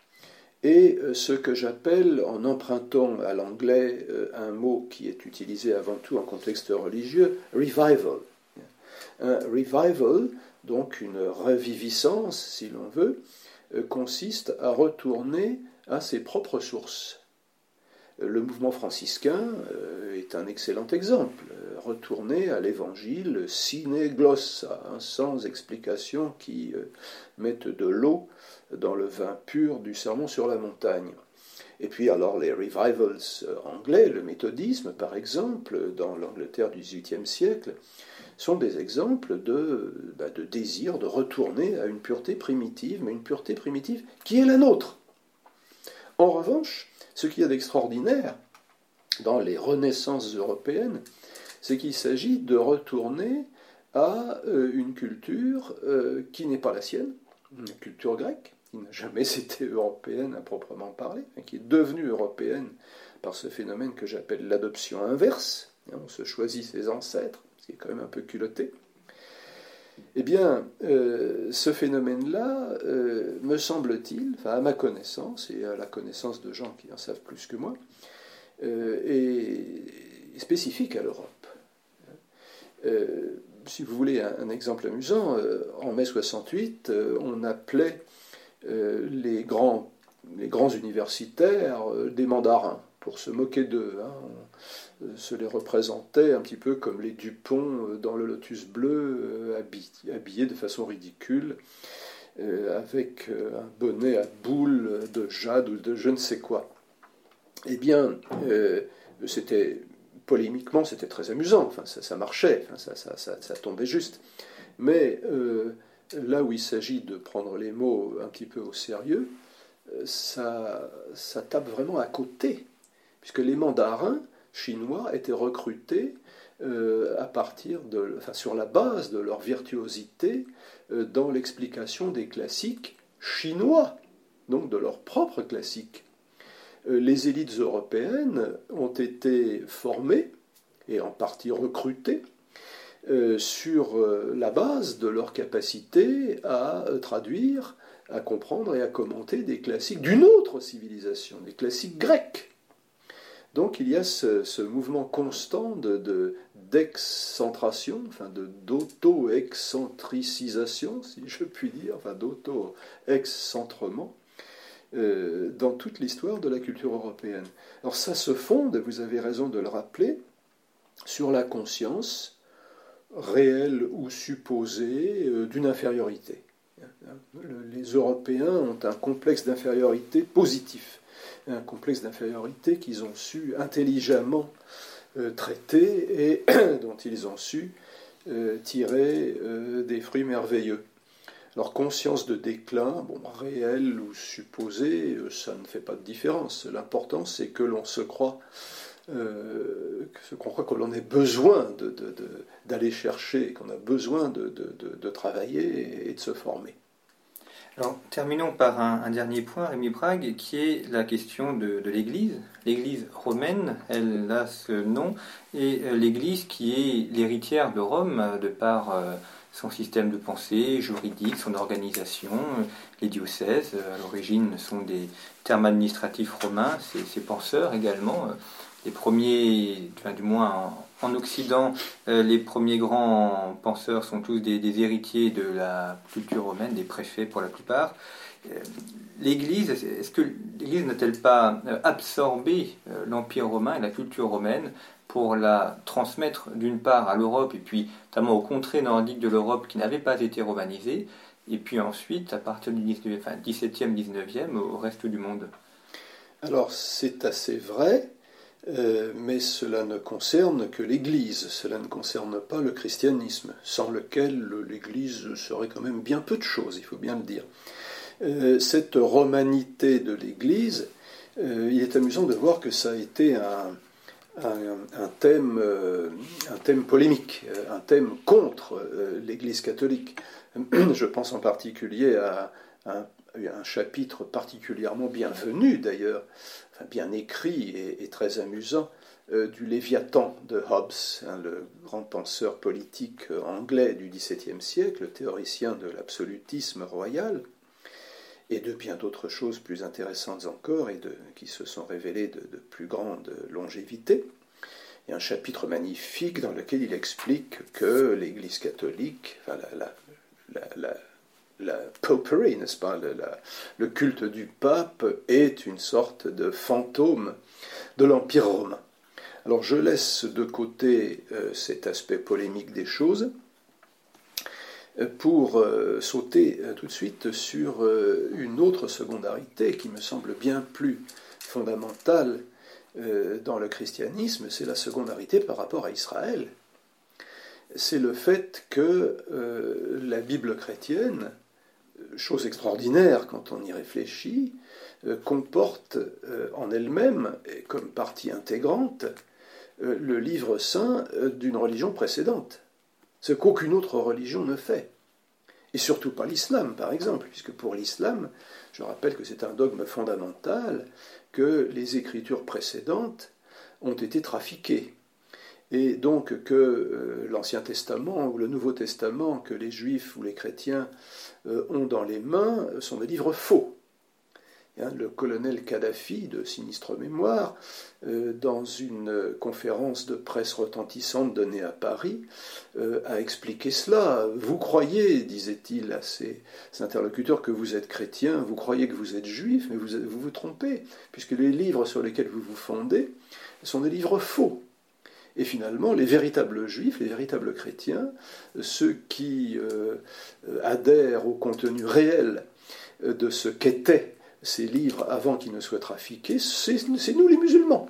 et ce que j'appelle, en empruntant à l'anglais un mot qui est utilisé avant tout en contexte religieux, revival. Un revival, donc une reviviscence, si l'on veut, consiste à retourner à ses propres sources. Le mouvement franciscain est un excellent exemple. Retourner à l'évangile sine glossa, hein, sans explication, qui mette de l'eau dans le vin pur du sermon sur la montagne. Et puis alors les revivals anglais, le méthodisme par exemple, dans l'Angleterre du dix-huitième siècle, sont des exemples de, bah, de désir de retourner à une pureté primitive, mais une pureté primitive qui est la nôtre. En revanche, ce qu'il y a d'extraordinaire dans les renaissances européennes, c'est qu'il s'agit de retourner à euh, une culture euh, qui n'est pas la sienne, une culture grecque, qui n'a jamais été européenne à proprement parler, hein, qui est devenue européenne par ce phénomène que j'appelle l'adoption inverse. Hein, on se choisit ses ancêtres, ce qui est quand même un peu culotté. Eh bien, euh, ce phénomène-là, euh, me semble-t-il, enfin à ma connaissance et à la connaissance de gens qui en savent plus que moi, euh, est spécifique à l'Europe. Euh, si vous voulez un, un exemple amusant, euh, en mai soixante-huit, euh, on appelait euh, les, grands, les grands universitaires euh, des mandarins, pour se moquer d'eux. Hein. On se les représentait un petit peu comme les Dupont dans le Lotus bleu, euh, habillés de façon ridicule, euh, avec euh, un bonnet à boules de jade ou de je ne sais quoi. eh bien, euh, c'était, polémiquement, c'était très amusant, enfin, ça, ça marchait, enfin, ça, ça, ça, ça tombait juste. Mais euh, là où il s'agit de prendre les mots un petit peu au sérieux, ça, ça tape vraiment à côté, puisque les mandarins chinois étaient recrutés euh, à partir de, enfin, sur la base de leur virtuosité euh, dans l'explication des classiques chinois, donc de leurs propres classiques. Euh, les élites européennes ont été formées et en partie recrutées euh, sur euh, la base de leur capacité à euh, traduire, à comprendre et à commenter des classiques d'une autre civilisation, des classiques grecs. Donc il y a ce, ce mouvement constant de, de, d'excentration, enfin de, d'auto-excentricisation, si je puis dire, enfin d'auto-excentrement, euh, dans toute l'histoire de la culture européenne. Alors ça se fonde, vous avez raison de le rappeler, sur la conscience réelle ou supposée euh, d'une infériorité. Les Européens ont un complexe d'infériorité positif, un complexe d'infériorité qu'ils ont su intelligemment euh, traiter et dont ils ont su euh, tirer euh, des fruits merveilleux. Alors, conscience de déclin, bon, réel ou supposé, euh, ça ne fait pas de différence. L'important, c'est que l'on se croit, euh, qu'on croit que l'on ait besoin de, de, de, d'aller chercher, qu'on a besoin de, de, de, de travailler et de se former. Alors, terminons par un, un dernier point, Rémi Brague, qui est la question de, de l'Église. L'Église romaine, elle a ce nom, et euh, l'Église qui est l'héritière de Rome, de par euh, son système de pensée juridique, son organisation. Les diocèses, à l'origine, sont des termes administratifs romains, ces, ces penseurs également. Les premiers, enfin, du moins en, en Occident, euh, les premiers grands penseurs sont tous des, des héritiers de la culture romaine, des préfets pour la plupart. Euh, L'Église, est-ce que l'Église n'a-t-elle pas absorbé euh, l'Empire romain et la culture romaine pour la transmettre d'une part à l'Europe et puis notamment aux contrées nordiques de l'Europe qui n'avaient pas été romanisées, et puis ensuite, à partir du dix-neuvième, enfin, dix-septième, dix-neuvième, au reste du monde? Alors c'est assez vrai. Euh, mais cela ne concerne que l'Église, cela ne concerne pas le christianisme, sans lequel l'Église serait quand même bien peu de choses, il faut bien le dire. Euh, cette romanité de l'Église, euh, il est amusant de voir que ça a été un, un, un, thème, euh, un thème polémique, un thème contre euh, l'Église catholique. Je pense en particulier à un un chapitre particulièrement bienvenu d'ailleurs, enfin bien écrit et, et très amusant, euh, du Léviathan de Hobbes, hein, le grand penseur politique anglais du XVIIe siècle, le théoricien de l'absolutisme royal, et de bien d'autres choses plus intéressantes encore et de, qui se sont révélées de, de plus grande longévité. Et un chapitre magnifique dans lequel il explique que l'Église catholique, enfin la, la, la, la la popery, n'est-ce pas, le, la, le culte du pape est une sorte de fantôme de l'Empire romain. Alors je laisse de côté euh, cet aspect polémique des choses pour euh, sauter euh, tout de suite sur euh, une autre secondarité qui me semble bien plus fondamentale euh, dans le christianisme, c'est la secondarité par rapport à Israël. C'est le fait que euh, la Bible chrétienne, chose extraordinaire quand on y réfléchit, euh, comporte euh, en elle-même, et comme partie intégrante, euh, le livre saint euh, d'une religion précédente, ce qu'aucune autre religion ne fait. Et surtout pas l'islam, par exemple, puisque pour l'islam, je rappelle que c'est un dogme fondamental, que les écritures précédentes ont été trafiquées. Et donc que euh, l'Ancien Testament ou le Nouveau Testament que les Juifs ou les chrétiens euh, ont dans les mains sont des livres faux. Hein, le colonel Kadhafi, de sinistre mémoire, euh, dans une conférence de presse retentissante donnée à Paris, euh, a expliqué cela. Vous croyez, disait-il à ses interlocuteurs, que vous êtes chrétien, vous croyez que vous êtes juif, mais vous vous, vous trompez, puisque les livres sur lesquels vous vous fondez sont des livres faux. Et finalement, les véritables juifs, les véritables chrétiens, ceux qui euh, adhèrent au contenu réel de ce qu'était ces livres avant qu'ils ne soient trafiqués, c'est, c'est nous les musulmans.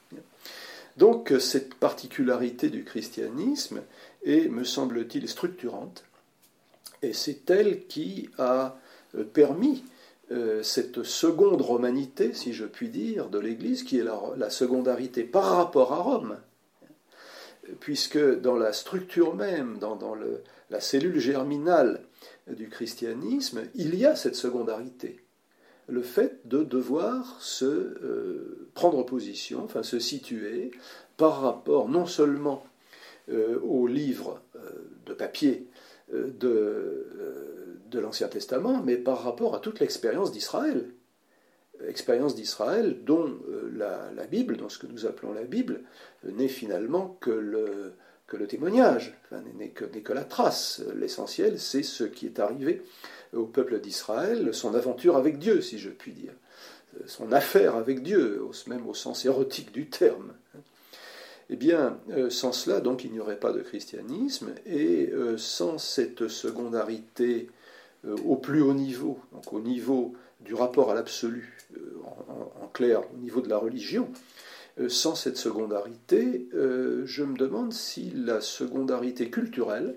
Donc cette particularité du christianisme est, me semble-t-il, structurante, et c'est elle qui a permis euh, cette seconde romanité, si je puis dire, de l'Église, qui est la, la secondarité par rapport à Rome, puisque dans la structure même, dans, dans le, la cellule germinale du christianisme, il y a cette secondarité. Le fait de devoir se euh, prendre position, enfin se situer par rapport non seulement euh, aux livres euh, de papier euh, de, euh, de l'Ancien Testament, mais par rapport à toute l'expérience d'Israël. Expérience d'Israël dont euh, la, la Bible, dans ce que nous appelons la Bible, euh, n'est finalement que le, que le témoignage, enfin, n'est, que, n'est que la trace. L'essentiel, c'est ce qui est arrivé au peuple d'Israël, son aventure avec Dieu, si je puis dire, son affaire avec Dieu, même au sens érotique du terme. Eh bien, euh, sans cela, donc, il n'y aurait pas de christianisme, et euh, sans cette secondarité euh, au plus haut niveau, donc au niveau du rapport à l'absolu, euh, en, en clair, au niveau de la religion, euh, sans cette secondarité, euh, je me demande si la secondarité culturelle,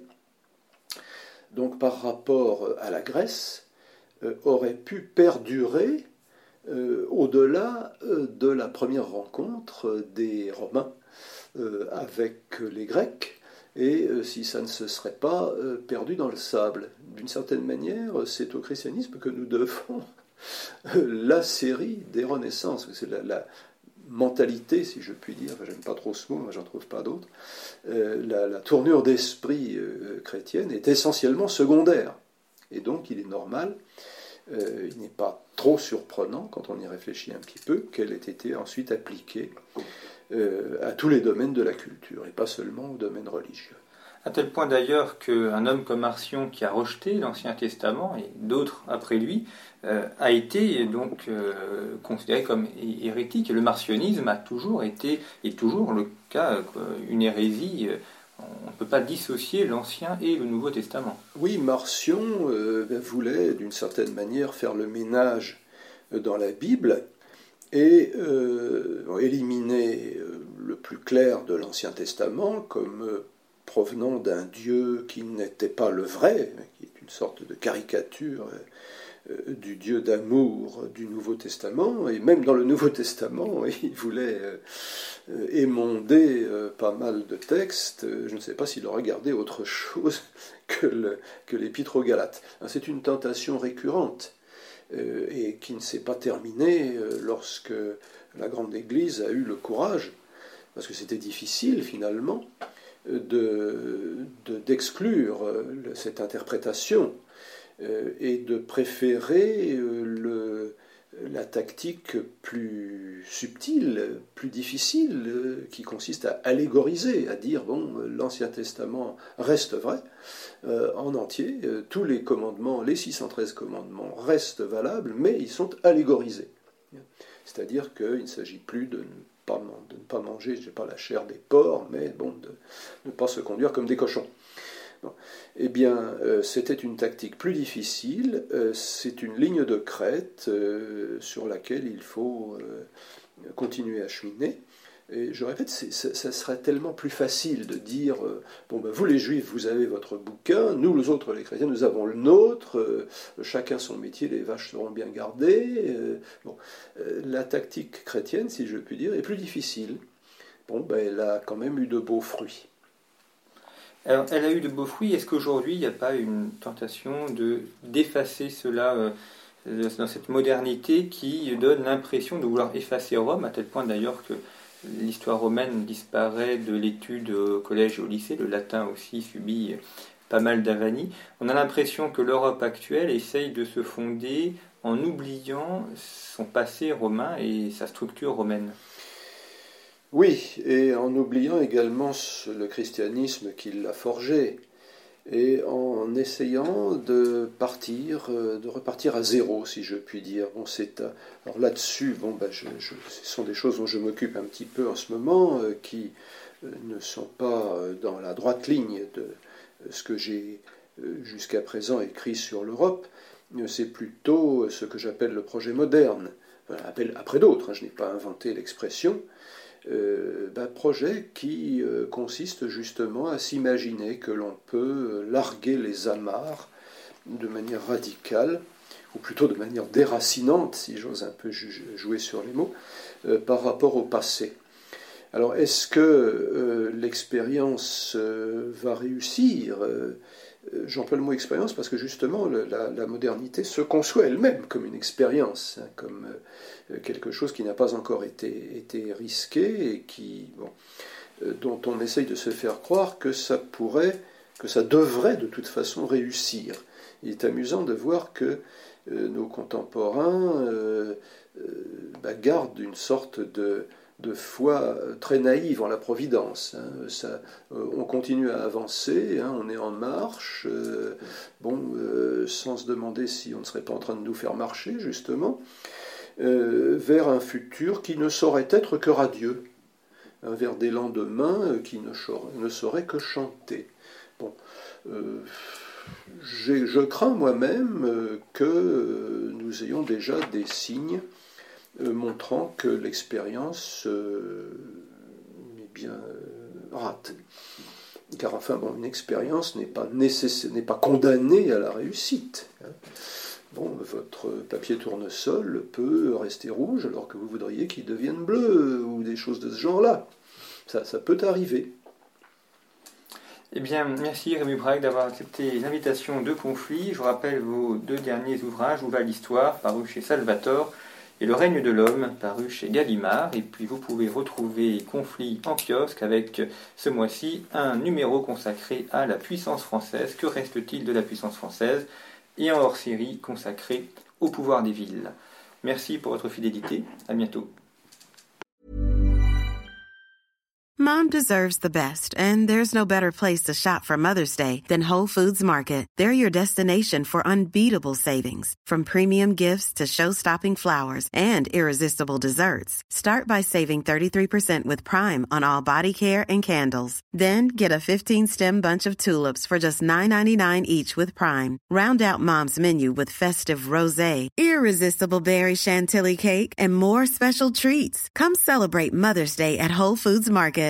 donc par rapport à la Grèce, euh, aurait pu perdurer euh, au-delà euh, de la première rencontre des Romains euh, avec les Grecs, et euh, si ça ne se serait pas euh, perdu dans le sable. D'une certaine manière, c'est au christianisme que nous devons euh, la série des renaissances. C'est la, la mentalité, si je puis dire, enfin, j'aime pas trop ce mot, mais j'en trouve pas d'autre, euh, la, la tournure d'esprit euh, chrétienne est essentiellement secondaire. Et donc il est normal, euh, il n'est pas trop surprenant, quand on y réfléchit un petit peu, qu'elle ait été ensuite appliquée euh, à tous les domaines de la culture, et pas seulement au domaine religieux. À tel point d'ailleurs qu'un homme comme Marcion, qui a rejeté l'Ancien Testament, et d'autres après lui, euh, a été donc euh, considéré comme hérétique. Et le marcionisme a toujours été, et toujours le cas, une hérésie. On ne peut pas dissocier l'Ancien et le Nouveau Testament. Oui, Marcion euh, voulait d'une certaine manière faire le ménage dans la Bible et euh, éliminer le plus clair de l'Ancien Testament comme euh, provenant d'un Dieu qui n'était pas le vrai, qui est une sorte de caricature euh, du Dieu d'amour du Nouveau Testament, et même dans le Nouveau Testament, il voulait euh, émonder euh, pas mal de textes. Je ne sais pas s'il aurait gardé autre chose que, le, que l'Épître aux Galates. C'est une tentation récurrente, euh, et qui ne s'est pas terminée euh, lorsque la Grande Église a eu le courage, parce que c'était difficile finalement, De, de, d'exclure cette interprétation euh, et de préférer euh, le, la tactique plus subtile, plus difficile, euh, qui consiste à allégoriser, à dire, bon, l'Ancien Testament reste vrai euh, en entier, euh, tous les commandements, les six cent treize commandements restent valables, mais ils sont allégorisés. C'est-à-dire qu'il ne s'agit plus de Pas, de ne pas manger, je sais pas, la chair des porcs, mais bon, de ne pas se conduire comme des cochons. Bon. Eh bien, euh, c'était une tactique plus difficile, euh, c'est une ligne de crête euh, sur laquelle il faut euh, continuer à cheminer. Et je répète, c'est, ça, ça serait tellement plus facile de dire euh, bon ben vous les Juifs, vous avez votre bouquin, nous les autres, les chrétiens, nous avons le nôtre, euh, chacun son métier, les vaches seront bien gardées. Euh, bon, euh, la tactique chrétienne, si je puis dire, est plus difficile. Bon, ben elle a quand même eu de beaux fruits. Alors, elle a eu de beaux fruits. Est-ce qu'aujourd'hui, il n'y a pas une tentation de d'effacer cela euh, dans cette modernité qui donne l'impression de vouloir effacer Rome, à tel point d'ailleurs que l'histoire romaine disparaît de l'étude au collège et au lycée, le latin aussi subit pas mal d'avanies. On a l'impression que l'Europe actuelle essaye de se fonder en oubliant son passé romain et sa structure romaine. Oui, et en oubliant également le christianisme qui l'a forgé, et en essayant de partir, de repartir à zéro, si je puis dire. Bon, c'est à... Alors là-dessus, bon, ben, je, je... ce sont des choses dont je m'occupe un petit peu en ce moment, euh, qui euh, ne sont pas euh, dans la droite ligne de euh, ce que j'ai euh, jusqu'à présent écrit sur l'Europe, c'est plutôt ce que j'appelle le projet moderne. Voilà, après d'autres, hein, je n'ai pas inventé l'expression. Euh, ben, projet qui euh, consiste justement à s'imaginer que l'on peut larguer les amarres de manière radicale, ou plutôt de manière déracinante, si j'ose un peu jouer sur les mots, euh, par rapport au passé. Alors, est-ce que euh, l'expérience euh, va réussir ? euh, J'emploie le mot expérience parce que justement le, la, la modernité se conçoit elle-même comme une expérience, hein, comme euh, quelque chose qui n'a pas encore été, été risqué et qui, bon, euh, dont on essaye de se faire croire que ça pourrait, que ça devrait de toute façon réussir. Il est amusant de voir que euh, nos contemporains euh, euh, bah, gardent une sorte de de foi très naïve en la providence. Hein. Ça, euh, on continue à avancer, hein, on est en marche, euh, bon, euh, sans se demander si on ne serait pas en train de nous faire marcher, justement, euh, vers un futur qui ne saurait être que radieux, hein, vers des lendemains qui ne, ne sauraient que chanter. Bon, euh, je crains moi-même que nous ayons déjà des signes Euh, montrant que l'expérience euh, eh bien, euh, rate. Car enfin, bon, une expérience n'est pas, nécessaire, n'est pas condamnée à la réussite. Hein. Bon, votre papier tournesol peut rester rouge alors que vous voudriez qu'il devienne bleu, ou des choses de ce genre-là. Ça, ça peut arriver. Eh bien, merci Rémi Brague d'avoir accepté l'invitation de Conflit. Je vous rappelle vos deux derniers ouvrages, Où va l'histoire, paru chez Salvator, et Le règne de l'homme, paru chez Gallimard. Et puis vous pouvez retrouver Conflit en kiosque avec ce mois-ci un numéro consacré à la puissance française. Que reste-t-il de la puissance française? Et un hors-série consacré au pouvoir des villes. Merci pour votre fidélité. À bientôt. Mom deserves the best, and there's no better place to shop for Mother's Day than Whole Foods Market. They're your destination for unbeatable savings, from premium gifts to show-stopping flowers and irresistible desserts. Start by saving thirty-three percent with Prime on all body care and candles. Then get a fifteen-stem bunch of tulips for just nine ninety-nine each with Prime. Round out Mom's menu with festive rosé, irresistible berry chantilly cake, and more special treats. Come celebrate Mother's Day at Whole Foods Market.